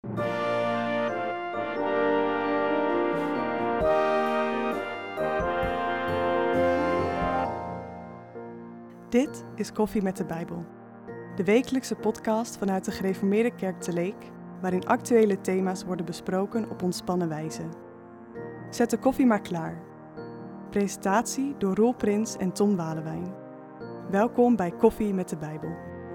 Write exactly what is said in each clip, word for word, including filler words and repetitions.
Dit is Koffie met de Bijbel. De wekelijkse podcast vanuit de Gereformeerde Kerk te Leek, waarin actuele thema's worden besproken op ontspannen wijze. Zet de koffie maar klaar. Presentatie door Roel Prins en Tom Walewijn. Welkom bij Koffie met de Bijbel.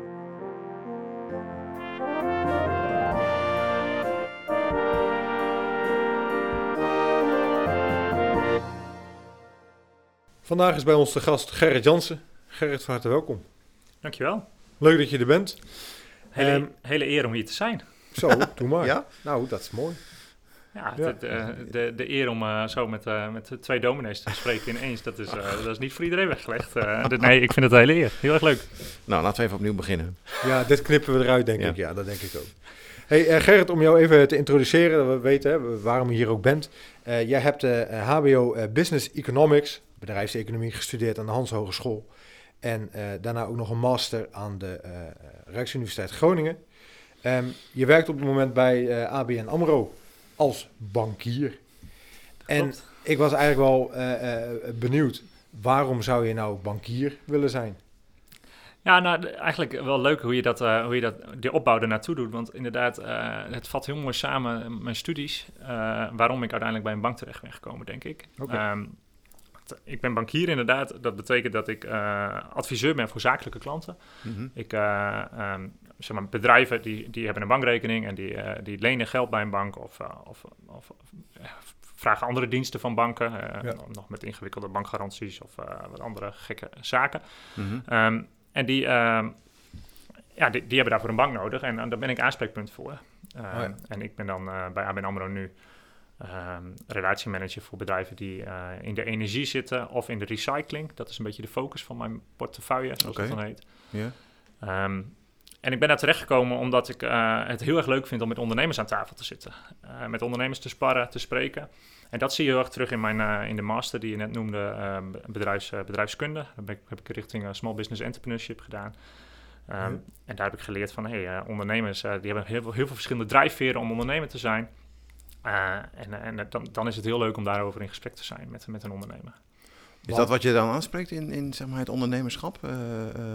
Vandaag is bij ons de gast Gerrit Jansen. Gerrit, van harte welkom. Dankjewel. Leuk dat je er bent. Hele, Um, hele eer om hier te zijn. Zo, doe maar. Ja? Nou, dat is mooi. Ja, Ja. De, de, de, de eer om uh, zo met, uh, met twee dominees te spreken ineens, dat is, uh, dat is niet voor iedereen weggelegd. Uh, de, nee, ik vind het een hele eer. Heel erg leuk. Nou, laten we even opnieuw beginnen. Ja, dit knippen we eruit, denk Ja. ik. Ja, dat denk ik ook. Hey uh, Gerrit, om jou even te introduceren, dat we weten hè, waarom je hier ook bent. Uh, jij hebt uh, H B O uh, Business Economics, bedrijfseconomie, gestudeerd aan de Hans Hogeschool. En uh, daarna ook nog een master aan de uh, Rijksuniversiteit Groningen. Um, je werkt op het moment bij uh, A B N AMRO als bankier. En Klopt. ik was eigenlijk wel uh, uh, benieuwd, waarom zou je nou bankier willen zijn? Ja, nou, de- eigenlijk wel leuk hoe je dat, uh, hoe je dat die opbouw er naartoe doet. Want inderdaad, uh, het vat heel mooi samen, mijn studies, uh, waarom ik uiteindelijk bij een bank terecht ben gekomen, denk ik. Oké. Um, t- ik ben bankier inderdaad. Dat betekent dat ik uh, adviseur ben voor zakelijke klanten. Mhm. Ik, uh, um, zeg maar, bedrijven die, die hebben een bankrekening en die, uh, die lenen geld bij een bank of, uh, of, of, of uh, vragen andere diensten van banken. Uh, Ja. Nog met ingewikkelde bankgaranties of uh, wat andere gekke zaken. Mhm. Um, en die, um, ja, die, die hebben daarvoor een bank nodig en uh, daar ben ik aanspreekpunt voor. Um, Oh ja. En ik ben dan uh, bij A B N AMRO nu um, relatiemanager voor bedrijven die uh, in de energie zitten of in de recycling. Dat is een beetje de focus van mijn portefeuille, zoals Oké. het dan heet. Ja. Um, en ik ben daar terechtgekomen omdat ik uh, het heel erg leuk vind om met ondernemers aan tafel te zitten. Uh, met ondernemers te sparren, te spreken. En dat zie je heel erg terug in, mijn, uh, in de master die je net noemde, uh, bedrijfs, uh, bedrijfskunde. Daar ben ik, heb ik richting uh, Small Business Entrepreneurship gedaan. Um, Ja. En daar heb ik geleerd van, hey, uh, ondernemers uh, die hebben heel veel, heel veel verschillende drijfveren om ondernemer te zijn. Uh, en en dan, dan is het heel leuk om daarover in gesprek te zijn met, met een ondernemer. Is dat wat je dan aanspreekt in, in zeg maar, het ondernemerschap? Uh, uh,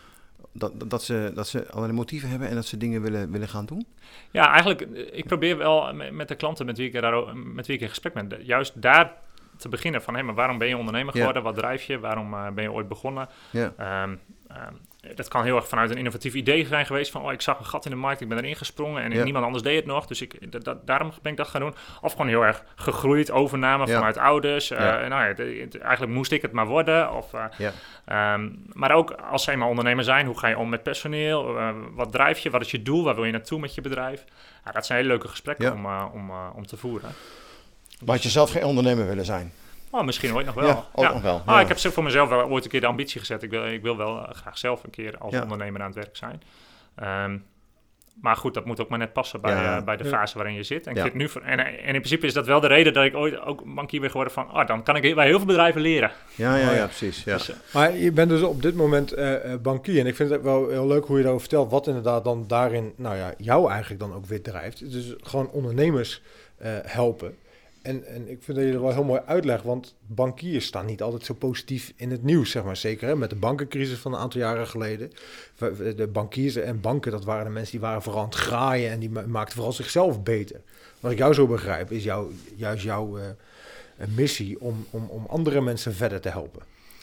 dat, dat, dat, ze, dat ze allerlei motieven hebben en dat ze dingen willen, willen gaan doen? Ja, eigenlijk, eh, ik probeer wel met, met de klanten met wie, ik daar, met wie ik in gesprek ben, de- juist daar te beginnen van, hé, maar waarom ben je ondernemer Ja. geworden? Wat drijf je? Waarom uh, ben je ooit begonnen? Ja. Um, um, dat kan heel erg vanuit een innovatief idee zijn geweest van, oh, ik zag een gat in de markt, ik ben erin gesprongen en Ja. niemand anders deed het nog, dus ik, dat, dat, daarom ben ik dat gaan doen. Of gewoon heel erg gegroeid, overname Ja. vanuit ouders. Uh, Ja. Nou ja, het- het- eigenlijk moest ik het maar worden. Of, uh, Ja. um, maar ook als ze eenmaal ondernemer zijn, hoe ga je om met personeel? Uh, wat drijf je? Wat is je doel? Waar wil je naartoe met je bedrijf? Ja, dat zijn hele leuke gesprekken Ja. om, uh, om, uh, om te voeren. Maar had je zelf geen ondernemer willen zijn? Oh, misschien ooit nog wel. Ja, ook nog wel, Ah, ja. Ik heb zo voor mezelf wel ooit een keer de ambitie gezet. Ik wil, ik wil wel uh, graag zelf een keer als Ja. ondernemer aan het werk zijn. Um, maar goed, dat moet ook maar net passen bij, Ja. uh, bij de Ja. fase waarin je zit. En, ik Ja. vind nu, voor- en, en in principe is dat wel de reden dat ik ooit ook bankier ben geworden van, ah, dan kan ik bij heel veel bedrijven leren. Ja, ja, Oh, ja. ja, precies. Ja. Dus, uh, Maar je bent dus op dit moment uh, uh, bankier. En ik vind het wel heel leuk hoe je daarover vertelt. Wat inderdaad dan daarin, nou ja, jou eigenlijk dan ook weer drijft. Dus gewoon ondernemers uh, helpen. En, en ik vind dat je dat wel heel mooi uitlegt. Want bankiers staan niet altijd zo positief in het nieuws, zeg maar. Zeker hè, met de bankencrisis van een aantal jaren geleden. De bankiers en banken, dat waren de mensen die waren vooral aan het graaien. En die ma- maakten vooral zichzelf beter. Wat ik jou zo begrijp, is jou, juist jouw uh, missie om, om, om andere mensen verder te helpen.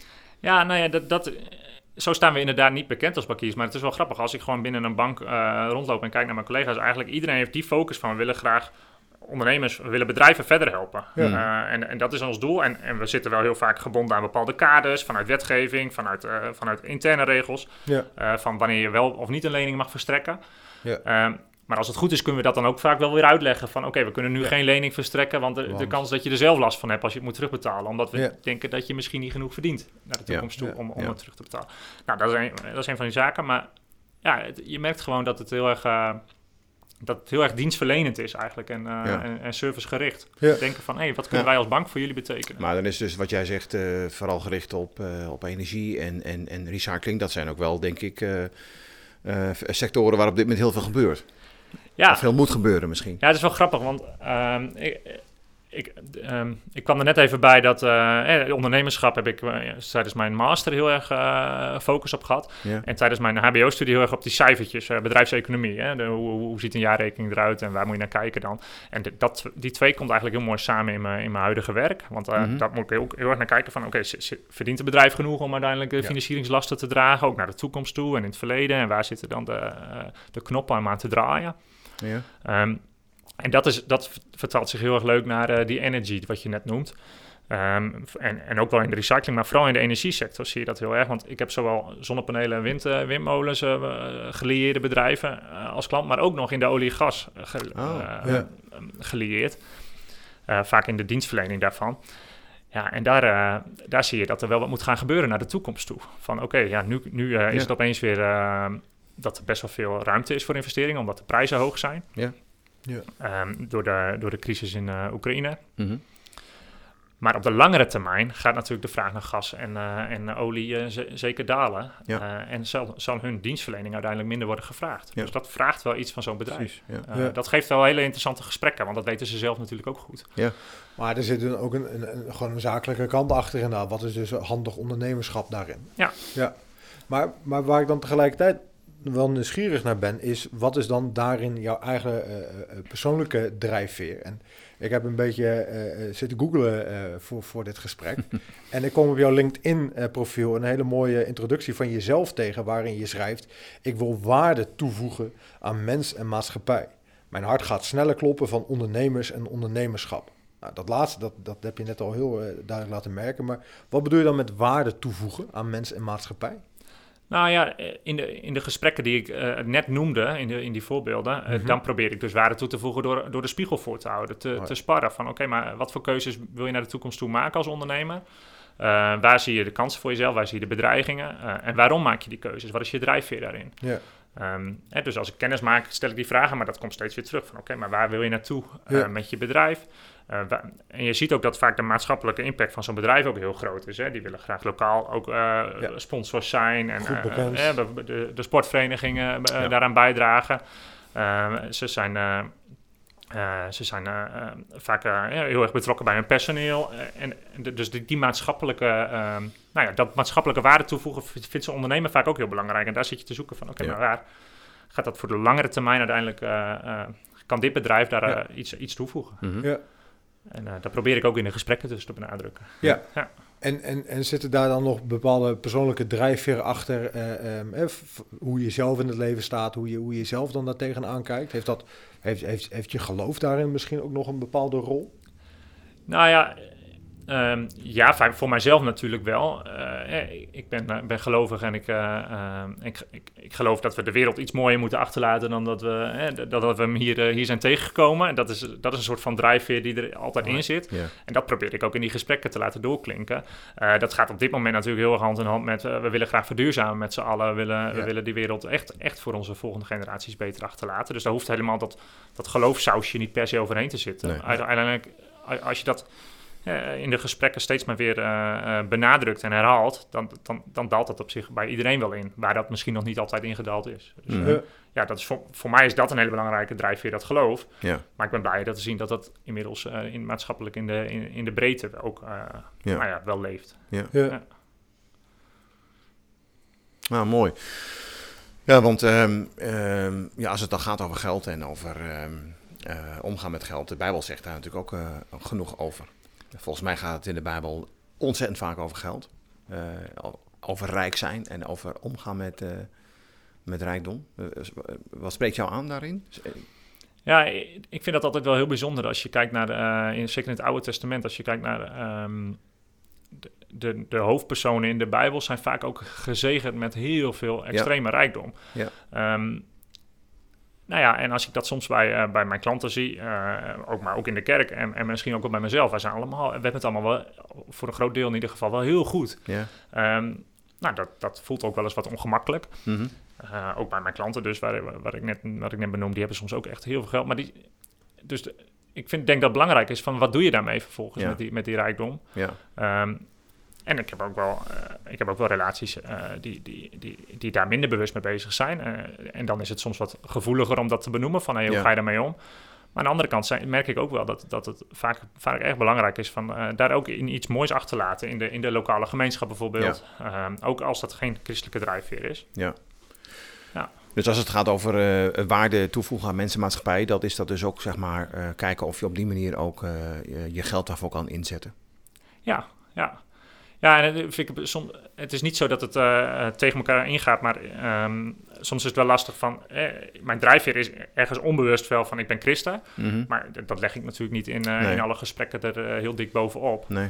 Ja, nou ja, dat, dat, zo staan we inderdaad niet bekend als bankiers. Maar het is wel grappig als ik gewoon binnen een bank uh, rondloop en kijk naar mijn collega's. Eigenlijk iedereen heeft die focus van, we willen graag ondernemers, we willen bedrijven verder helpen. Ja. Uh, en, en dat is ons doel. En, en we zitten wel heel vaak gebonden aan bepaalde kaders, vanuit wetgeving, vanuit, uh, vanuit interne regels. Ja. Uh, van wanneer je wel of niet een lening mag verstrekken. Ja. Um, maar als het goed is, kunnen we dat dan ook vaak wel weer uitleggen. Van oké, okay, we kunnen nu Ja. geen lening verstrekken, want de, Want. de kans dat je er zelf last van hebt als je het moet terugbetalen. Omdat we Ja. denken dat je misschien niet genoeg verdient naar de toekomst Ja. toe om, om Ja. het terug te betalen. Nou, dat is een, dat is een van die zaken. Maar ja, het, je merkt gewoon dat het heel erg, uh, dat het heel erg dienstverlenend is eigenlijk en, uh, Ja. en, en servicegericht. Ja. Denken van, hé, hey, wat kunnen Ja. wij als bank voor jullie betekenen? Maar dan is dus wat jij zegt uh, vooral gericht op, uh, op energie en, en, en recycling. Dat zijn ook wel, denk ik, uh, uh, sectoren waar op dit moment heel veel gebeurt. Ja. Of veel moet gebeuren misschien. Ja, het is wel grappig, want um, ik, ik, um, ik kwam er net even bij dat uh, ondernemerschap heb ik uh, tijdens mijn master heel erg uh, focus op gehad. Ja. En tijdens mijn H B O-studie heel erg op die cijfertjes, uh, bedrijfseconomie. Hè? De, hoe, hoe ziet een jaarrekening eruit en waar moet je naar kijken dan? En de, dat, die twee komt eigenlijk heel mooi samen in mijn, in mijn huidige werk. Want uh, mm-hmm. daar moet ik ook heel erg naar kijken van, oké, okay, verdient het bedrijf genoeg om uiteindelijk de ja. financieringslasten te dragen, ook naar de toekomst toe en in het verleden? En waar zitten dan de, uh, de knoppen om aan te draaien? Ja. Um, en dat, is, dat vertaalt zich heel erg leuk naar uh, die energy, wat je net noemt. Um, en, en ook wel in de recycling, maar vooral in de energiesector zie je dat heel erg. Want ik heb zowel zonnepanelen en wind, uh, windmolens, uh, gelieerde bedrijven uh, als klant, maar ook nog in de olie en gas uh, ge, oh, uh, ja. gelieerd. Uh, vaak in de dienstverlening daarvan. Ja, en daar, uh, daar zie je dat er wel wat moet gaan gebeuren naar de toekomst toe. Van oké, okay, ja, nu, nu uh, is ja. het opeens weer uh, dat er best wel veel ruimte is voor investeringen, omdat de prijzen hoog zijn. Ja. Ja. Um, door, de, door de crisis in uh, Oekraïne. Mm-hmm. Maar op de langere termijn gaat natuurlijk de vraag naar gas en, uh, en olie uh, z- zeker dalen. Ja. Uh, en zal, zal hun dienstverlening uiteindelijk minder worden gevraagd. Ja. Dus dat vraagt wel iets van zo'n bedrijf. Precies, ja. Uh, ja. Dat geeft wel hele interessante gesprekken, want dat weten ze zelf natuurlijk ook goed. Ja. Maar er zit dan ook een, een, een, gewoon een zakelijke kant achter inderdaad. Wat is dus handig ondernemerschap daarin? Ja. ja. Maar, maar waar ik dan tegelijkertijd wel nieuwsgierig naar ben, is wat is dan daarin jouw eigen uh, uh, persoonlijke drijfveer? En ik heb een beetje uh, zitten googlen uh, voor, voor dit gesprek. En ik kom op jouw LinkedIn-profiel een hele mooie introductie van jezelf tegen, waarin je schrijft: ik wil waarde toevoegen aan mens en maatschappij. Mijn hart gaat sneller kloppen van ondernemers en ondernemerschap. Nou, dat laatste, dat, dat heb je net al heel uh, duidelijk laten merken. Maar wat bedoel je dan met waarde toevoegen aan mens en maatschappij? Nou ja, in de, in de gesprekken die ik uh, net noemde, in, de, in die voorbeelden, uh, mm-hmm. dan probeer ik dus waarde toe te voegen door, door de spiegel voor te houden. Te, oh ja. te sparren van, oké, okay, maar wat voor keuzes wil je naar de toekomst toe maken als ondernemer? Uh, waar zie je de kansen voor jezelf? Waar zie je de bedreigingen? Uh, en waarom maak je die keuzes? Wat is je drijfveer daarin? Yeah. Um, hè, dus als ik kennis maak, stel ik die vragen, maar dat komt steeds weer terug. Van oké, okay, maar waar wil je naartoe uh, yeah. met je bedrijf? Uh, wa- en je ziet ook dat vaak de maatschappelijke impact van zo'n bedrijf ook heel groot is. Hè? Die willen graag lokaal ook uh, ja. sponsors zijn en uh, uh, de, de, de sportverenigingen uh, ja. daaraan bijdragen. Uh, ze zijn, uh, uh, ze zijn uh, uh, vaak uh, heel erg betrokken bij hun personeel. Uh, en de, dus die, die maatschappelijke, uh, nou ja, dat maatschappelijke waarde toevoegen vindt zo'n ondernemer vaak ook heel belangrijk. En daar zit je te zoeken van, oké, okay, ja. maar waar gaat dat voor de langere termijn uiteindelijk, uh, uh, kan dit bedrijf daar ja. uh, iets, iets toevoegen? Mm-hmm. Ja. En uh, dat probeer ik ook in de gesprekken dus te benadrukken. Ja, ja. En, en, en zitten daar dan nog bepaalde persoonlijke drijfveren achter? Uh, um, eh, f- hoe je zelf in het leven staat, hoe je, hoe je zelf dan daar tegenaan kijkt? Heeft, dat, heeft, heeft, heeft je geloof daarin misschien ook nog een bepaalde rol? Nou ja, um, ja, voor mijzelf natuurlijk wel. Uh, ik ben, uh, ben gelovig en ik, uh, uh, ik, ik, ik geloof dat we de wereld iets mooier moeten achterlaten dan dat we, eh, dat, dat we hem hier, uh, hier zijn tegengekomen. En dat is, dat is een soort van drijfveer die er altijd oh, in zit. Yeah. En dat probeer ik ook in die gesprekken te laten doorklinken. Uh, dat gaat op dit moment natuurlijk heel erg hand in hand met, uh, we willen graag verduurzamen met z'n allen. We willen, yeah. we willen die wereld echt, echt voor onze volgende generaties beter achterlaten. Dus daar hoeft helemaal dat, dat geloofsausje niet per se overheen te zitten. Nee. Uiteindelijk, als je dat Uh, in de gesprekken steeds maar weer uh, uh, benadrukt en herhaalt, dan, dan, dan daalt dat op zich bij iedereen wel in, waar dat misschien nog niet altijd ingedaald is. Dus, uh, ja. ja, dat is voor, voor mij is dat een hele belangrijke drijfveer, dat geloof. Ja. Maar ik ben blij dat te zien dat dat inmiddels uh, in, maatschappelijk in de, in, in de breedte ook uh, ja. Nou ja, wel leeft. Ja. Ja. Ja. Nou, mooi. Ja, want um, um, ja, als het dan gaat over geld en over um, uh, omgaan met geld, de Bijbel zegt daar natuurlijk ook uh, genoeg over. Volgens mij gaat het in de Bijbel ontzettend vaak over geld. Uh, over rijk zijn en over omgaan met, uh, met rijkdom. Uh, wat spreekt jou aan daarin? Ja, ik vind dat altijd wel heel bijzonder als je kijkt naar, de, uh, in, zeker in het Oude Testament, als je kijkt naar um, de, de, de hoofdpersonen in de Bijbel zijn vaak ook gezegend met heel veel extreme ja. rijkdom. Ja. Um, Nou ja, en als ik dat soms bij, uh, bij mijn klanten zie, uh, ook, maar ook in de kerk en, en misschien ook wel bij mezelf, wij zijn allemaal, we hebben het allemaal wel, voor een groot deel in ieder geval, wel heel goed. Yeah. Um, nou, dat, dat voelt ook wel eens wat ongemakkelijk. Mm-hmm. Uh, ook bij mijn klanten dus, waar, waar ik net, wat ik net benoemde, die hebben soms ook echt heel veel geld. Maar die, dus de, ik vind, denk dat het belangrijk is van, wat doe je daarmee vervolgens yeah. met, die, met die rijkdom? Yeah. Um, en ik heb ook wel, uh, ik heb ook wel relaties uh, die, die, die, die daar minder bewust mee bezig zijn. Uh, en dan is het soms wat gevoeliger om dat te benoemen, van hey, hoe ja. ga je daarmee om? Maar aan de andere kant zijn, merk ik ook wel dat, dat het vaak, vaak erg belangrijk is van uh, daar ook in iets moois achter te laten. In de, in de lokale gemeenschap bijvoorbeeld. Ja. Uh, ook als dat geen christelijke drijfveer is. Ja. Ja. Dus als het gaat over uh, waarde toevoegen aan mensenmaatschappij, dat is dat dus ook zeg maar uh, kijken of je op die manier ook uh, je, je geld daarvoor kan inzetten. Ja, ja. Ja, en vind ik, som, het is niet zo dat het uh, tegen elkaar ingaat, maar um, soms is het wel lastig van, eh, mijn drijfveer is ergens onbewust wel van ik ben christen, mm-hmm. maar d- dat leg ik natuurlijk niet in, uh, nee. in alle gesprekken er uh, heel dik bovenop. Nee.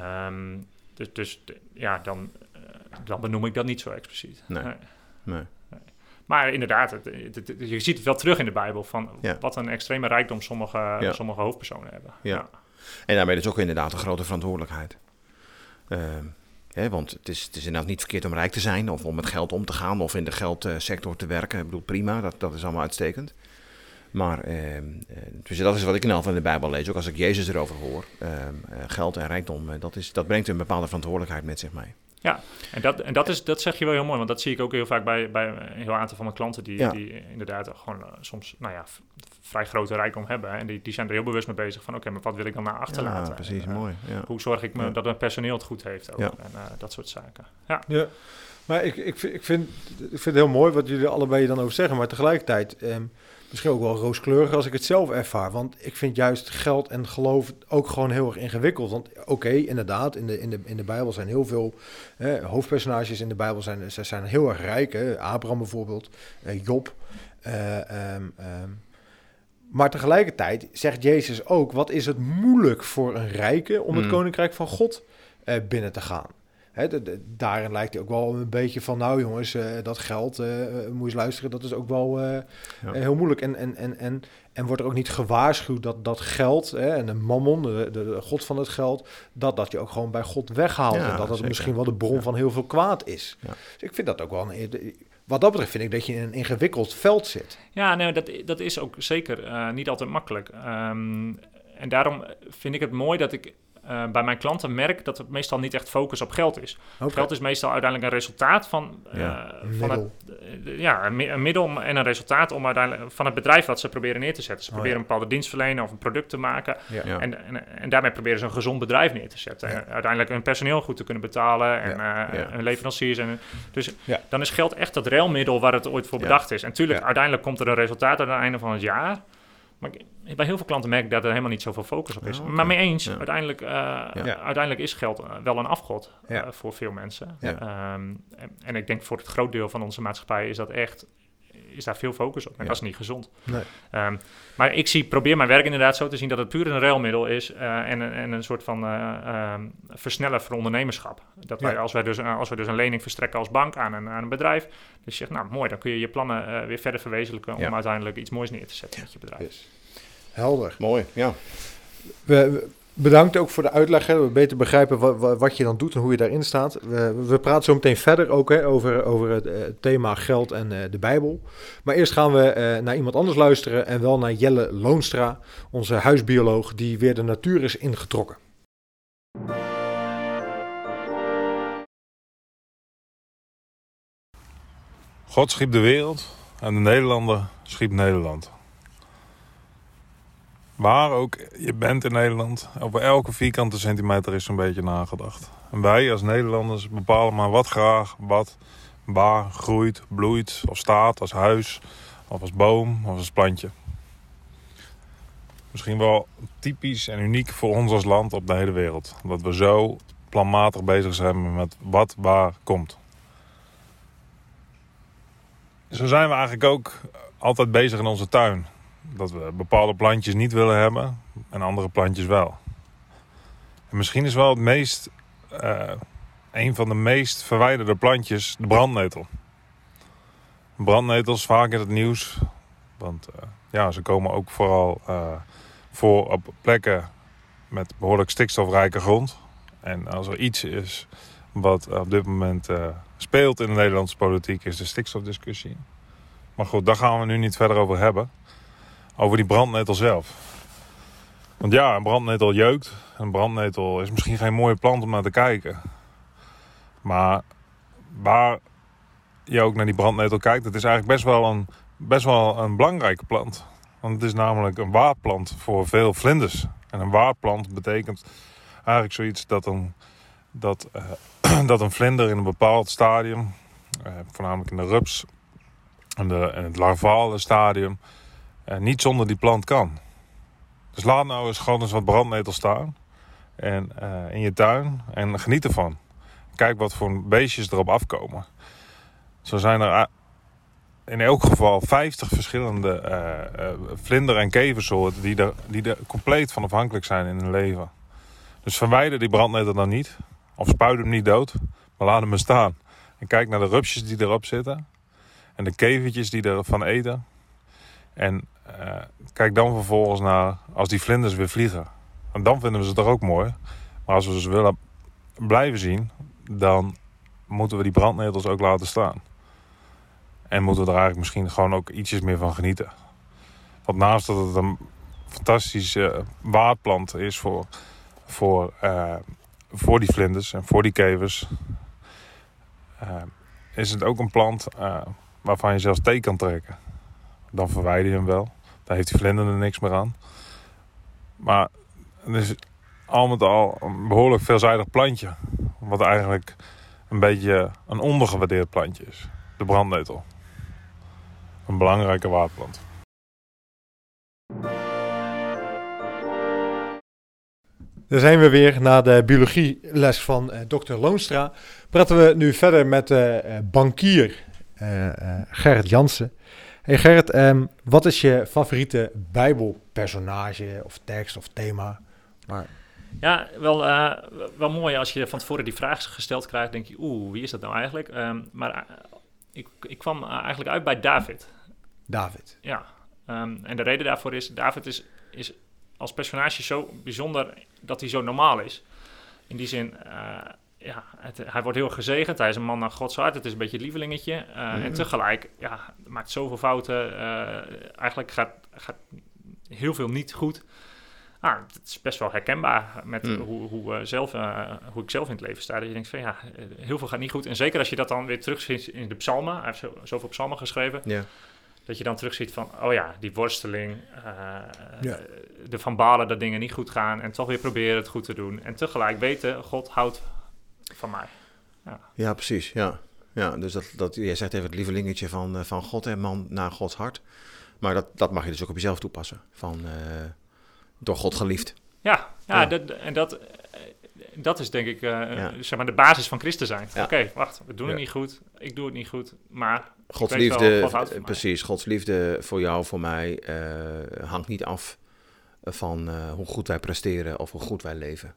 Um, dus dus d- ja, dan, uh, dan benoem ik dat niet zo expliciet. Nee. Nee. Nee. Nee. Maar inderdaad, het, het, het, je ziet het wel terug in de Bijbel van ja. wat een extreme rijkdom sommige, ja. sommige hoofdpersonen hebben. Ja. Ja. En daarmee is ook inderdaad een grote verantwoordelijkheid. Uh, hè, want het is, het is inderdaad niet verkeerd om rijk te zijn of om met geld om te gaan of in de geldsector te werken. Ik bedoel, prima, dat, dat is allemaal uitstekend. Maar uh, dus dat is wat ik in van in de Bijbel lees, ook als ik Jezus erover hoor. Uh, uh, geld en rijkdom, uh, dat, is, dat brengt een bepaalde verantwoordelijkheid met zich mee. Ja, en, dat, en dat, is, dat zeg je wel heel mooi, want dat zie ik ook heel vaak bij, bij een heel aantal van mijn klanten die, ja. die inderdaad gewoon uh, soms nou ja, v- vrij grote rijkdom hebben. En die, die zijn er heel bewust mee bezig van, oké, okay, maar wat wil ik dan naar achterlaten? Ja, precies, en, uh, mooi. Ja. Hoe zorg ik me ja. dat mijn personeel het goed heeft ook, ja. en uh, dat soort zaken. Ja, ja. Maar ik, ik, vind, ik, vind, ik vind het heel mooi wat jullie allebei dan over zeggen, maar tegelijkertijd um, misschien ook wel rooskleurig als ik het zelf ervaar. Want ik vind juist geld en geloof ook gewoon heel erg ingewikkeld. Want oké, okay, inderdaad, in de, in, de, in de Bijbel zijn heel veel eh, hoofdpersonages in de Bijbel zijn, ze zijn heel erg rijk. Hè? Abraham bijvoorbeeld, eh, Job. Uh, um, um. Maar tegelijkertijd zegt Jezus ook, wat is het moeilijk voor een rijke om het mm. koninkrijk van God uh, binnen te gaan. He, de, de, daarin lijkt hij ook wel een beetje van, nou jongens, uh, dat geld, uh, moet je eens luisteren, dat is ook wel uh, ja. uh, heel moeilijk. En, en, en, en, en wordt er ook niet gewaarschuwd dat dat geld, hè, en de mammon, de, de, de god van het geld, dat dat je ook gewoon bij God weghaalt. Ja, en dat dat zeker. Misschien wel de bron ja. van heel veel kwaad is. Ja. Dus ik vind dat ook wel een... Wat dat betreft vind ik dat je in een ingewikkeld veld zit. Ja, nee, dat, dat is ook zeker uh, niet altijd makkelijk. Um, en daarom vind ik het mooi dat ik uh, bij mijn klanten merk dat het meestal niet echt focus op geld is. Okay. Geld is meestal uiteindelijk een resultaat van, uh, ja, van het, uh, ja, een, een middel en een resultaat om uiteindelijk van het bedrijf wat ze proberen neer te zetten. Ze oh, proberen ja. een bepaalde dienst verlenen of een product te maken. Ja. Ja. En, en, en daarmee proberen ze een gezond bedrijf neer te zetten. Ja. En uiteindelijk hun personeel goed te kunnen betalen en ja. uh, ja. hun leveranciers. En, dus ja. dan is geld echt dat railmiddel waar het ooit voor ja. bedacht is. En natuurlijk, ja. uiteindelijk komt er een resultaat aan het einde van het jaar. Maar bij heel veel klanten merk ik dat er helemaal niet zoveel focus op is. Oh, okay. Maar mee eens, ja. uiteindelijk, uh, ja. uiteindelijk is geld wel een afgod uh, ja. voor veel mensen. Ja. Um, en, en ik denk voor het groot deel van onze maatschappij is dat echt, is daar veel focus op. En ja. dat is niet gezond. Nee. Um, maar ik zie, probeer mijn werk inderdaad zo te zien dat het puur een ruilmiddel is uh, en, en een soort van uh, um, versneller voor ondernemerschap. Dat wij, ja. als, wij dus, uh, als wij dus een lening verstrekken als bank aan een, aan een bedrijf, dus je zegt, nou mooi, dan kun je je plannen uh, weer verder verwezenlijken ja. om uiteindelijk iets moois neer te zetten met je bedrijf. Yes. Helder. Mooi, ja. We, we, bedankt ook voor de uitleg. Hè. We beter begrijpen wat, wat je dan doet en hoe je daarin staat. We, we praten zo meteen verder ook hè, over, over het uh, thema geld en uh, de Bijbel. Maar eerst gaan we uh, naar iemand anders luisteren en wel naar Jelle Loonstra, onze huisbioloog die weer de natuur is ingetrokken. God schiep de wereld en de Nederlander schiep Nederland. Waar ook je bent in Nederland, over elke vierkante centimeter is zo'n beetje nagedacht. En wij als Nederlanders bepalen maar wat graag, wat, waar groeit, bloeit of staat als huis, of als boom of als plantje. Misschien wel typisch en uniek voor ons als land op de hele wereld. Dat we zo planmatig bezig zijn met wat waar komt. Zo zijn we eigenlijk ook altijd bezig in onze tuin. Dat we bepaalde plantjes niet willen hebben en andere plantjes wel. En misschien is wel het meest, uh, een van de meest verwijderde plantjes de brandnetel. Brandnetels vaak in het nieuws. Want uh, ja, ze komen ook vooral uh, voor op plekken met behoorlijk stikstofrijke grond. En als er iets is wat op dit moment uh, speelt in de Nederlandse politiek is de stikstofdiscussie. Maar goed, daar gaan we nu niet verder over hebben. Over die brandnetel zelf. Want ja, een brandnetel jeukt. Een brandnetel is misschien geen mooie plant om naar te kijken. Maar waar je ook naar die brandnetel kijkt, het is eigenlijk best wel een, best wel een belangrijke plant. Want het is namelijk een waardplant voor veel vlinders. En een waardplant betekent eigenlijk zoiets dat een, dat, uh, dat een vlinder in een bepaald stadium, uh, voornamelijk in de rups en, de, en het larvale stadium, uh, niet zonder die plant kan. Dus laat nou eens gewoon eens wat brandnetel staan en, uh, in je tuin en geniet ervan. Kijk wat voor beestjes erop afkomen. Zo zijn er in elk geval vijftig verschillende uh, uh, vlinder- en keversoorten die er, die er compleet van afhankelijk zijn in hun leven. Dus verwijder die brandnetel dan niet. Of spuit hem niet dood. Maar laat hem maar staan. En kijk naar de rupsjes die erop zitten. En de kevertjes die ervan eten. En uh, kijk dan vervolgens naar als die vlinders weer vliegen. En dan vinden we ze toch ook mooi. Maar als we ze willen blijven zien, dan moeten we die brandnetels ook laten staan. En moeten we er eigenlijk misschien gewoon ook ietsjes meer van genieten. Want naast dat het een fantastische waardplant is voor, voor, uh, voor die vlinders en voor die kevers, uh, is het ook een plant uh, waarvan je zelfs thee kan trekken. Dan verwijder je hem wel. Daar heeft die vlinder er niks meer aan. Maar het is al met al een behoorlijk veelzijdig plantje. Wat eigenlijk een beetje een ondergewaardeerd plantje is. De brandnetel. Een belangrijke waardplant. Daar zijn we weer na de biologieles van uh, dokter Loonstra. Praten we nu verder met uh, uh, bankier uh, uh, Gerrit Jansen. Hey Gerrit, um, wat is je favoriete Bijbelpersonage of tekst of thema? Maar... Ja, wel, uh, wel mooi als je van tevoren die vraag gesteld krijgt, denk je, oeh, wie is dat nou eigenlijk? Um, maar uh, ik, ik kwam uh, eigenlijk uit bij David. David. Ja, um, en de reden daarvoor is, David is, is als personage zo bijzonder dat hij zo normaal is. In die zin, uh, ja, het, hij wordt heel erg gezegend, hij is een man naar Gods hart, het is een beetje een lievelingetje. Uh, mm-hmm. En tegelijk, ja, maakt zoveel fouten, uh, eigenlijk gaat, gaat heel veel niet goed. Ah, het is best wel herkenbaar met mm. hoe, hoe, uh, zelf, uh, hoe ik zelf in het leven sta. Dat je denkt van ja, heel veel gaat niet goed. En zeker als je dat dan weer terugziet in de psalmen. Hij heeft zo, zoveel psalmen geschreven. Yeah. Dat je dan terugziet van, oh ja, die worsteling. Uh, yeah. De van balen dat dingen niet goed gaan. En toch weer proberen het goed te doen. En tegelijk weten, God houdt van mij. Ja, ja precies. Ja. Ja, dus dat, dat, jij zegt even het lievelingetje van, uh, van God en man naar Gods hart. Maar dat, dat mag je dus ook op jezelf toepassen. Van... Uh, door God geliefd. Ja, ja, ja. Dat, en dat, dat is denk ik uh, ja. zeg maar de basis van christen zijn. Ja. Oké, okay, wacht, we doen ja. het niet goed, ik doe het niet goed, maar Gods liefde, wel, God houdt van precies, mij. Gods liefde voor jou, voor mij, uh, hangt niet af van uh, hoe goed wij presteren of hoe goed wij leven.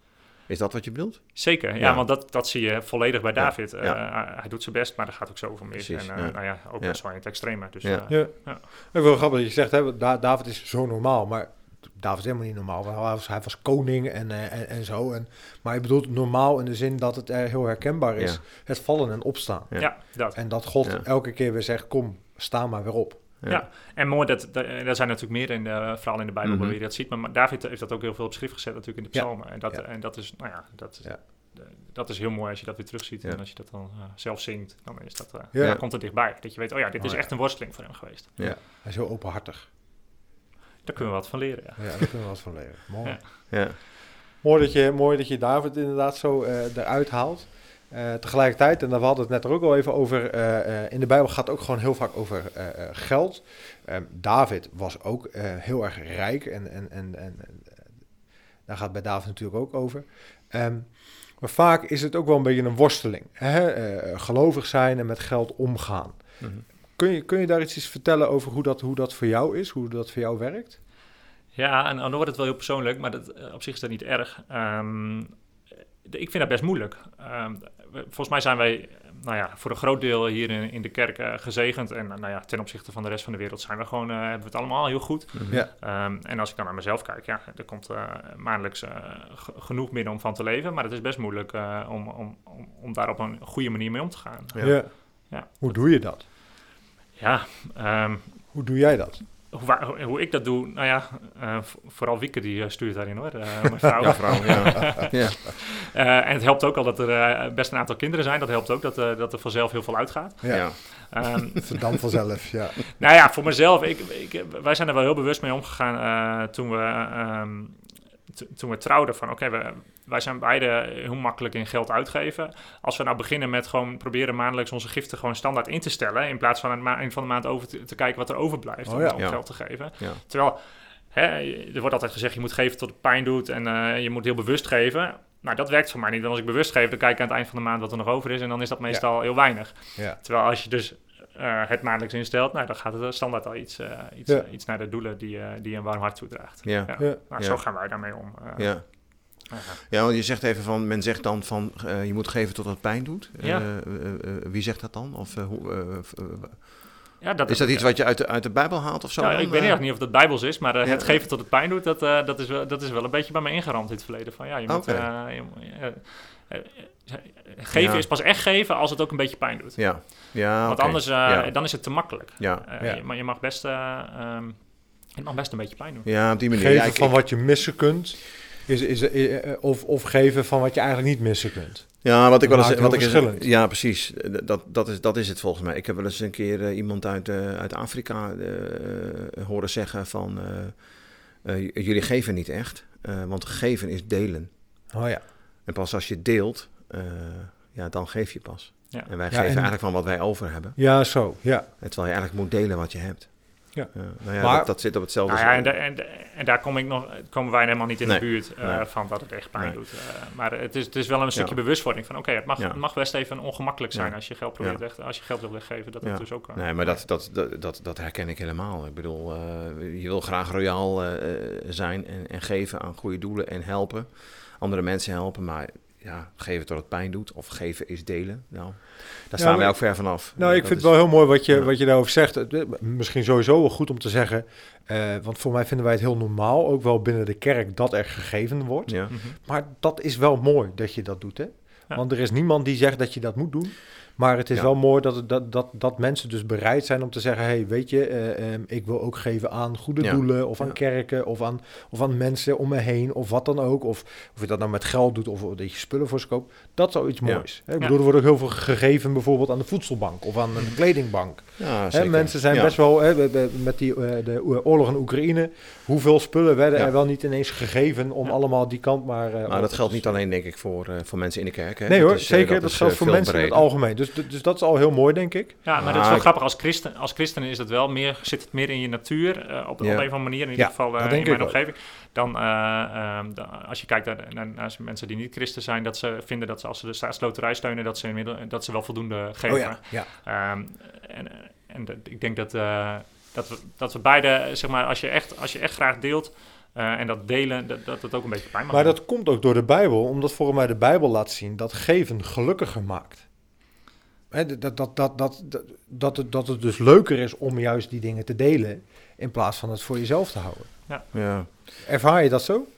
Is dat wat je bedoelt? Zeker, ja, ja. want dat, dat zie je volledig bij David. Ja. Ja. Uh, hij doet zijn best, maar er gaat ook zoveel mis. Precies, en uh, ja. nou ja, ook best ja. wel in het extreme. Dus, ja. Uh, ja. Ja. Ik wil grappig dat je zegt, hè, David is zo normaal, maar David is helemaal niet normaal. Hij was, hij was koning en, uh, en, en zo. En, maar je bedoelt normaal in de zin dat het er heel herkenbaar is. Ja. Het vallen en opstaan. Ja, ja dat. En dat God ja. elke keer weer zegt, kom, sta maar weer op. Ja, ja. En mooi, dat, dat, dat zijn natuurlijk meer in de verhalen in de Bijbel mm-hmm. waar je dat ziet. Maar David heeft dat ook heel veel op schrift gezet natuurlijk in de psalmen. Ja. En, dat, ja. en dat is, nou ja, dat, ja. dat is heel mooi als je dat weer terugziet. Ja. En als je dat dan uh, zelf zingt, dan, is dat, uh, ja. dan komt het dichtbij. Dat je weet, oh ja, dit is oh, echt een worsteling voor hem geweest. Ja. Ja. Hij is heel openhartig. Daar kunnen we wat van leren, ja. Ja, daar kunnen we wat van leren. Mooi. Ja. Ja. Mooi, dat je, mooi dat je David inderdaad zo uh, eruit haalt. Uh, tegelijkertijd, en daar hadden we het net er ook al even over, uh, uh, in de Bijbel gaat het ook gewoon heel vaak over uh, uh, geld. Um, David was ook uh, heel erg rijk en, en, en, en uh, daar gaat het bij David natuurlijk ook over. Um, maar vaak is het ook wel een beetje een worsteling. Hè? Uh, gelovig zijn en met geld omgaan. Mm-hmm. Kun je, kun je daar iets vertellen over hoe dat, hoe dat voor jou is, hoe dat voor jou werkt? Ja, en dan wordt het wel heel persoonlijk, maar dat, op zich is dat niet erg. Um, ik vind dat best moeilijk. Um, volgens mij zijn wij, nou ja, voor een groot deel hier in, in de kerk uh, gezegend. En nou ja, ten opzichte van de rest van de wereld zijn we gewoon, uh, hebben we het allemaal heel goed. Ja. Um, en als ik dan naar mezelf kijk, ja, er komt uh, maandelijks uh, g- genoeg binnen om van te leven. Maar het is best moeilijk uh, om, om, om, om daar op een goede manier mee om te gaan. Ja. Ja. Ja. Hoe doe je dat? Ja. Um, Hoe doe jij dat? hoe, waar, hoe ik dat doe, nou ja, uh, vooral Wieke die uh, stuurt daarin hoor, uh, mijn vrouw. Ja, vrouw, ja. ja. Uh, en het helpt ook al dat er uh, best een aantal kinderen zijn. Dat helpt ook dat, uh, dat er vanzelf heel veel uitgaat. Ja. ja. Um, Verdampt vanzelf, ja. Nou ja, voor mezelf, ik, ik, wij zijn er wel heel bewust mee omgegaan uh, toen we... Um, toen we trouwden van oké, okay, wij zijn beide heel makkelijk in geld uitgeven. Als we nou beginnen met gewoon proberen maandelijks onze giften gewoon standaard in te stellen, in plaats van aan het eind van de maand over te, te kijken wat er overblijft oh, om, ja. om ja. geld te geven. Ja. Terwijl, hè, er wordt altijd gezegd je moet geven tot het pijn doet en uh, je moet heel bewust geven. Nou, dat werkt voor mij niet. Want als ik bewust geef, dan kijk ik aan het eind van de maand wat er nog over is en dan is dat meestal ja. heel weinig. Ja. Terwijl als je dus Uh, het maandelijks instelt, nou, dan gaat het standaard al iets, uh, iets, ja. uh, iets naar de doelen die, uh, die een warm hart toedraagt. Ja. Ja. Ja. Nou, zo ja. gaan wij daarmee om. Uh, ja. Uh-huh. Ja, want je zegt even van, men zegt dan van, uh, je moet geven tot het pijn doet. Ja. Uh, uh, uh, wie zegt dat dan? Of, uh, uh, uh, ja, dat, is dat iets wat je uit de, uit de Bijbel haalt of zo? Ja, ik weet eigenlijk niet of dat Bijbels is, maar uh, ja. het geven tot het pijn doet, dat, uh, dat, is wel, dat is wel een beetje bij me ingeramd in het verleden. Van, ja, je moet... Okay. Uh, je, uh, uh, geven ja. is pas echt geven als het ook een beetje pijn doet. Ja. Ja, Want okay. anders uh, ja. dan is het te makkelijk. Ja. Uh, ja. je, je, mag best, uh, um, het mag best een beetje pijn doen. Ja, op die manier. Geven ja, ik, van ik, wat je missen kunt, is, is, is, uh, of, of geven van wat je eigenlijk niet missen kunt. Ja, wat ik wel eens, wat ik eens, ja, precies. Dat, dat, is, dat is het volgens mij. Ik heb wel eens een keer uh, iemand uit, uh, uit Afrika uh, horen zeggen van uh, uh, jullie geven niet echt, uh, want geven is delen. Oh ja. En pas als je deelt, uh, ja, dan geef je pas. Ja. En wij ja, geven en... eigenlijk van wat wij over hebben. Ja, zo, ja. En terwijl je eigenlijk moet delen wat je hebt. Ja. Uh, nou ja, maar, dat, dat zit op hetzelfde... Nou ja, en, de, en, de, en daar kom ik nog, komen wij helemaal niet in nee. de buurt uh, nee. van dat het echt pijn nee. doet. Uh, maar het is, het is wel een stukje ja. bewustwording van... oké, okay, het, ja. het mag best even ongemakkelijk zijn ja. als je geld probeert ja. weg, als je geld wil weggeven. Dat ja. het dus ook... Uh, nee, maar dat, dat, dat, dat, dat herken ik helemaal. Ik bedoel, uh, je wil graag royaal uh, zijn en, en geven aan goede doelen en helpen. Andere mensen helpen, maar... Ja, geven tot het pijn doet. Of geven is delen. Nou, daar staan ja, wij ook ver vanaf. Nou, ik dat vind is... het wel heel mooi wat je, ja. wat je daarover zegt. Misschien sowieso wel goed om te zeggen. Uh, want voor mij vinden wij het heel normaal. Ook wel binnen de kerk dat er gegeven wordt. Ja. Mm-hmm. Maar dat is wel mooi dat je dat doet. Hè? Ja. Want er is niemand die zegt dat je dat moet doen. Maar het is ja. wel mooi dat, dat, dat, dat mensen dus bereid zijn om te zeggen... hey, weet je, uh, um, ik wil ook geven aan goede ja. doelen... of aan ja. kerken, of aan, of aan mensen om me heen... of wat dan ook. Of, of je dat nou met geld doet of dat je spullen voor ze koopt. Dat is al iets moois. Ja. Hè? Ik bedoel, ja. er wordt ook heel veel gegeven... bijvoorbeeld aan de voedselbank of aan een kledingbank. Ja, hè? Mensen zijn ja. best wel... Hè, met die, uh, de oorlog in Oekraïne... hoeveel spullen werden ja. er wel niet ineens gegeven... om ja. allemaal die kant maar... Uh, maar dat geldt niet alleen, denk ik, voor, uh, voor mensen in de kerk. Hè? Nee hoor, dat is, zeker. Uh, dat, dat is, geldt uh, voor mensen breder. in het algemeen. Dus Dus, dus dat is al heel mooi, denk ik. Ja, maar ah, dat is wel ik... grappig. Als christen, als christenen is het wel meer, zit het meer in je natuur, uh, op, ja. op een of andere manier, in ieder ja, geval uh, in mijn omgeving. Dan, uh, um, dan als je kijkt naar, naar, naar mensen die niet christen zijn, dat ze vinden dat ze als ze de staatsloterij steunen, dat ze, inmiddel, dat ze wel voldoende geven. Oh ja, ja. Um, en en de, ik denk dat, uh, dat, we, dat we beide, zeg maar, als je echt, als je echt graag deelt, Uh, en dat delen, dat, dat het ook een beetje pijn mag Maar doen. Dat komt ook door de Bijbel, omdat volgens mij de Bijbel laat zien dat geven gelukkiger maakt. He, dat, dat, dat, dat, dat, dat, het, dat het dus leuker is om juist die dingen te delen, in plaats van het voor jezelf te houden. Ja. Ja. Ervaar je dat zo?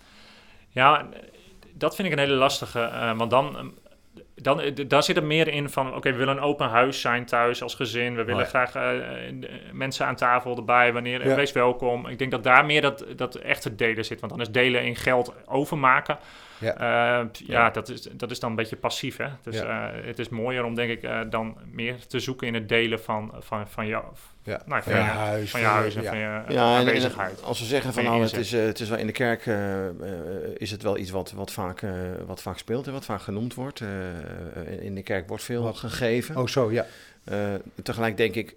Ja, dat vind ik een hele lastige, uh, want dan... Um, Dan, daar zit er meer in van, oké, okay, we willen een open huis zijn thuis als gezin. We willen oh ja. graag uh, mensen aan tafel erbij, wanneer, ja. wees welkom. Ik denk dat daar meer dat, dat echte delen zit. Want anders delen in geld overmaken. Ja, uh, ja, ja. Dat, is, dat is dan een beetje passief, hè. Dus ja. uh, het is mooier om, denk ik, uh, dan meer te zoeken in het delen van, van, van, jou, ja. nou, van, van je, je huis, van je huis en ja. van je ja, aanwezigheid. En, als we zeggen van, nou, het is, uh, het is wel in de kerk, uh, uh, is het wel iets wat, wat, vaak, uh, wat vaak speelt en wat vaak genoemd wordt. Uh, in de kerk wordt veel wat gegeven. Oh zo, ja. Uh, tegelijk denk ik, uh,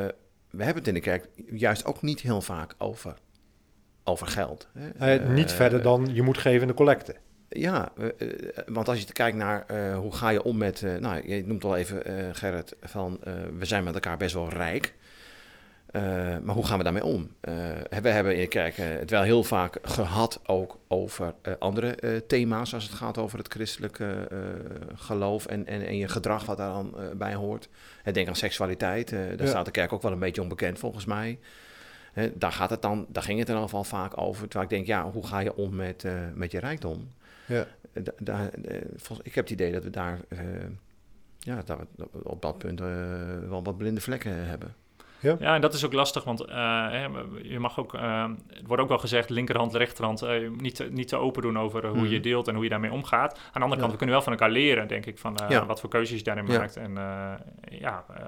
we hebben het in de kerk juist ook niet heel vaak over, over geld. Hè. Uh, uh, niet uh, verder dan je moet geven in de collecte. Ja, uh, want als je kijkt naar uh, hoe ga je om met... Uh, nou, je noemt al even, uh, Gerrit, van uh, we zijn met elkaar best wel rijk. Uh, maar hoe gaan we daarmee om? Uh, we hebben in de kerk uh, het wel heel vaak gehad ook over uh, andere uh, thema's... als het gaat over het christelijke uh, geloof en, en, en je gedrag wat daar dan uh, bij hoort. Uh, denk aan seksualiteit, uh, daar ja. staat de kerk ook wel een beetje onbekend volgens mij. Uh, daar, gaat het dan, daar ging het in ieder geval vaak over. Terwijl ik denk, ja, hoe ga je om met, uh, met je rijkdom? Ja. Da, da, uh, volgens, ik heb het idee dat we daar, uh, ja, dat we op dat punt uh, wel wat blinde vlekken hebben. Ja? Ja, en dat is ook lastig, want uh, hè, je mag ook, uh, het wordt ook wel gezegd, linkerhand, rechterhand, uh, niet, te, niet te open doen over uh, hoe mm. je deelt en hoe je daarmee omgaat. Aan de andere ja. kant, we kunnen wel van elkaar leren, denk ik, van uh, ja. wat voor keuzes je daarin ja. maakt en uh, ja, uh,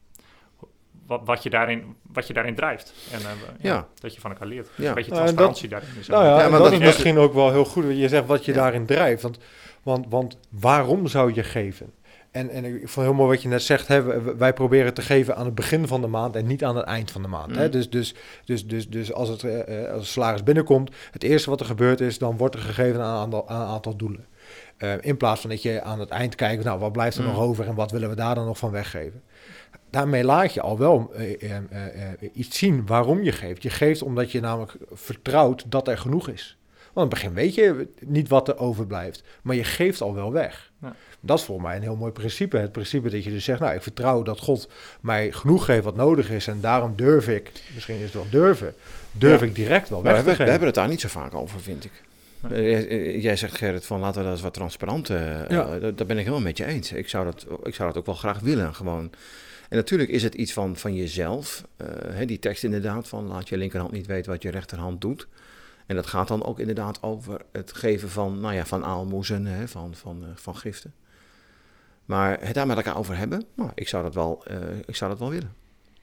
wat, wat, je daarin, wat je daarin drijft. En uh, ja, ja. dat je van elkaar leert. Ja. Een beetje transparantie uh, dat, daarin is. Nou ja, ja, maar dat, dat is misschien ook wel heel goed. Je zegt wat je ja. daarin drijft, want, want, want waarom zou je geven? En, en ik vond heel mooi wat je net zegt, hè, wij proberen te geven aan het begin van de maand en niet aan het eind van de maand. Mm. Hè? Dus, dus, dus, dus, dus als het, uh, als het salaris binnenkomt, het eerste wat er gebeurt is, dan wordt er gegeven aan een aantal, aan een aantal doelen. Uh, in plaats van dat je aan het eind kijkt, nou wat blijft er mm. nog over en wat willen we daar dan nog van weggeven. Daarmee laat je al wel uh, uh, uh, uh, iets zien waarom je geeft. Je geeft omdat je namelijk vertrouwt dat er genoeg is. Want in het begin weet je niet wat er overblijft, maar je geeft al wel weg. Ja. Dat is volgens mij een heel mooi principe. Het principe dat je dus zegt, nou, ik vertrouw dat God mij genoeg geeft wat nodig is en daarom durf ik, misschien is het wel durven, durf ja. ik direct wel weg we, te geven. We hebben het daar niet zo vaak over, vind ik. Ja. Uh, jij zegt, Gerrit, van laten we dat eens wat transparant. Uh, ja. uh, daar ben ik helemaal met je eens. Ik zou, dat, ik zou dat ook wel graag willen, gewoon. En natuurlijk is het iets van, van jezelf. Uh, hè, die tekst inderdaad, van laat je linkerhand niet weten wat je rechterhand doet. En dat gaat dan ook inderdaad over het geven van, nou ja, van aalmoezen, hè, van, van, uh, van giften. Maar het daar met elkaar over hebben, nou, ik, zou dat wel, uh, ik zou dat wel willen.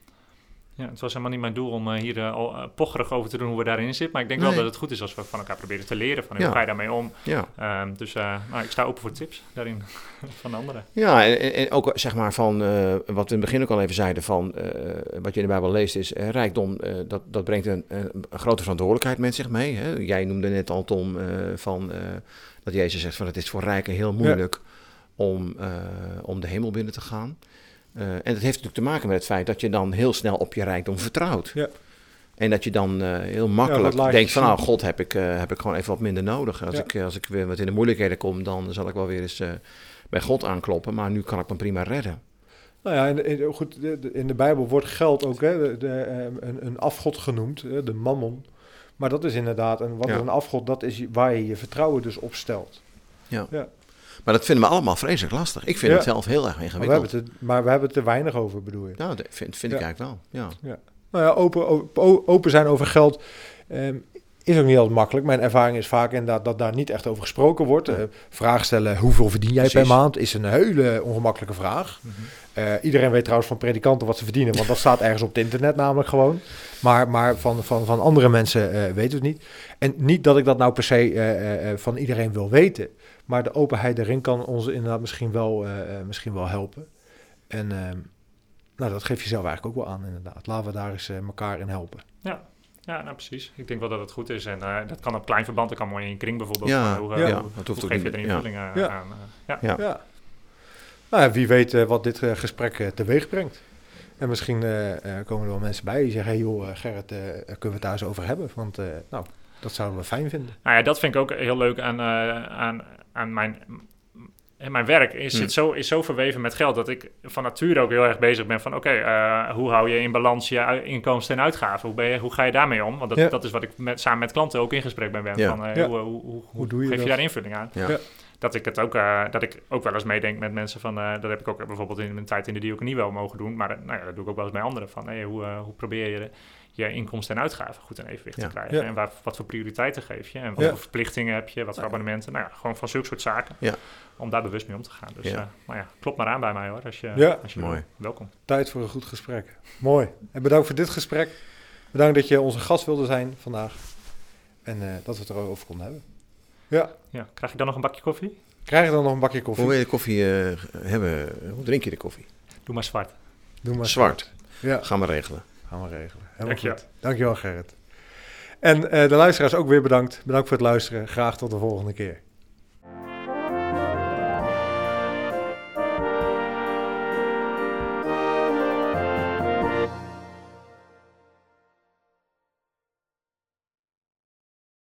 Ja, het was helemaal niet mijn doel om uh, hier uh, al uh, pocherig over te doen hoe we daarin zitten. Maar ik denk nee. wel dat het goed is als we van elkaar proberen te leren. Van hoe ja. ga je daarmee om? Ja. Um, dus uh, nou, ik sta open voor tips daarin van anderen. Ja, en, en ook zeg maar van uh, wat we in het begin ook al even zeiden. Van uh, wat je in de Bijbel leest is uh, rijkdom. Uh, dat, dat brengt een, een grote verantwoordelijkheid met zich mee. Hè? Jij noemde net al, Tom, uh, van, uh, dat Jezus zegt van het is voor rijken heel moeilijk ja. om, uh, om de hemel binnen te gaan. Uh, en dat heeft natuurlijk te maken met het feit dat je dan heel snel op je rijkdom vertrouwt. Ja. En dat je dan uh, heel makkelijk ja, denkt van, nou, God, heb ik, uh, heb ik gewoon even wat minder nodig. Als, ja. ik, als ik weer wat in de moeilijkheden kom, dan zal ik wel weer eens uh, bij God aankloppen. Maar nu kan ik me prima redden. Nou ja, in, in, goed, in de Bijbel wordt geld ook hè, de, de, een, een afgod genoemd, de mammon. Maar dat is inderdaad, een, wat ja. is een afgod, dat is waar je je vertrouwen dus op stelt. Ja. ja. Maar dat vinden we allemaal vreselijk lastig. Ik vind ja. het zelf heel erg ingewikkeld. Maar we hebben het er, maar we hebben het er weinig over, bedoel je? Nou, dat vind, vind ja. ik eigenlijk wel, ja. ja. Nou ja, open, open, open zijn over geld um, is ook niet altijd makkelijk. Mijn ervaring is vaak inderdaad dat daar niet echt over gesproken wordt. Ja. Uh, vraag stellen, hoeveel verdien jij Precies. per maand, is een hele ongemakkelijke vraag. Mm-hmm. Uh, iedereen weet trouwens van predikanten wat ze verdienen, want dat staat ergens op het internet namelijk gewoon. Maar, maar van, van, van andere mensen uh, weten we het niet. En niet dat ik dat nou per se uh, uh, van iedereen wil weten. Maar de openheid erin kan ons inderdaad misschien wel, uh, misschien wel helpen. En uh, nou, dat geef je zelf eigenlijk ook wel aan inderdaad. Laten we daar eens uh, elkaar in helpen. Ja, ja nou, precies. Ik denk wel dat het goed is. En uh, dat kan op klein verband, dat kan mooi in je kring bijvoorbeeld. Ja, hoe, ja. hoe, ja. hoe, hoe geef je er invulling ja. ja. aan? Uh, ja. Ja. Ja. Nou ja, wie weet uh, wat dit uh, gesprek uh, teweeg brengt. En misschien uh, uh, komen er wel mensen bij die zeggen... hey joh, uh, Gerrit, uh, kunnen we het daar eens over hebben? Want uh, nou, dat zouden we fijn vinden. Nou ja, dat vind ik ook heel leuk aan, uh, aan, aan mijn... En mijn werk is, hmm. zit zo, is zo verweven met geld... dat ik van nature ook heel erg bezig ben van... oké, okay, uh, hoe hou je in balans je inkomsten en uitgaven? Hoe, ben je, hoe ga je daarmee om? Want dat, ja. dat is wat ik met, samen met klanten ook in gesprek ben. ben ja. van, uh, ja. hoe, hoe, hoe, hoe doe je geef dat? je daar invulling aan? Ja. Ja. Dat ik het ook, uh, dat ik ook wel eens meedenk met mensen van... Uh, dat heb ik ook bijvoorbeeld in mijn tijd in de diaconie wel mogen doen... maar uh, nou ja, dat doe ik ook wel eens bij anderen. Van, hey, hoe, uh, hoe probeer je... De, je inkomsten en uitgaven goed in evenwicht ja. te krijgen. Ja. En waar, wat voor prioriteiten geef je? En wat ja. voor verplichtingen heb je? Wat voor ja. abonnementen? Nou ja, gewoon van zulke soort zaken. Ja. Om daar bewust mee om te gaan. Dus ja. Uh, maar ja, klop maar aan bij mij hoor. Als je, ja. als je Mooi. Wil. Welkom. Tijd voor een goed gesprek. Mooi. En bedankt voor dit gesprek. Bedankt dat je onze gast wilde zijn vandaag. En uh, dat we het erover konden hebben. Ja. ja. Krijg ik dan nog een bakje koffie? Krijg je dan nog een bakje koffie? Hoe wil je de koffie uh, hebben? Hoe drink je de koffie? Doe maar zwart. Doe maar zwart. zwart. Ja. Gaan we regelen. Gaan we regelen. Dank je. Dankjewel, Gerrit. En uh, de luisteraars ook weer bedankt. Bedankt voor het luisteren. Graag tot de volgende keer.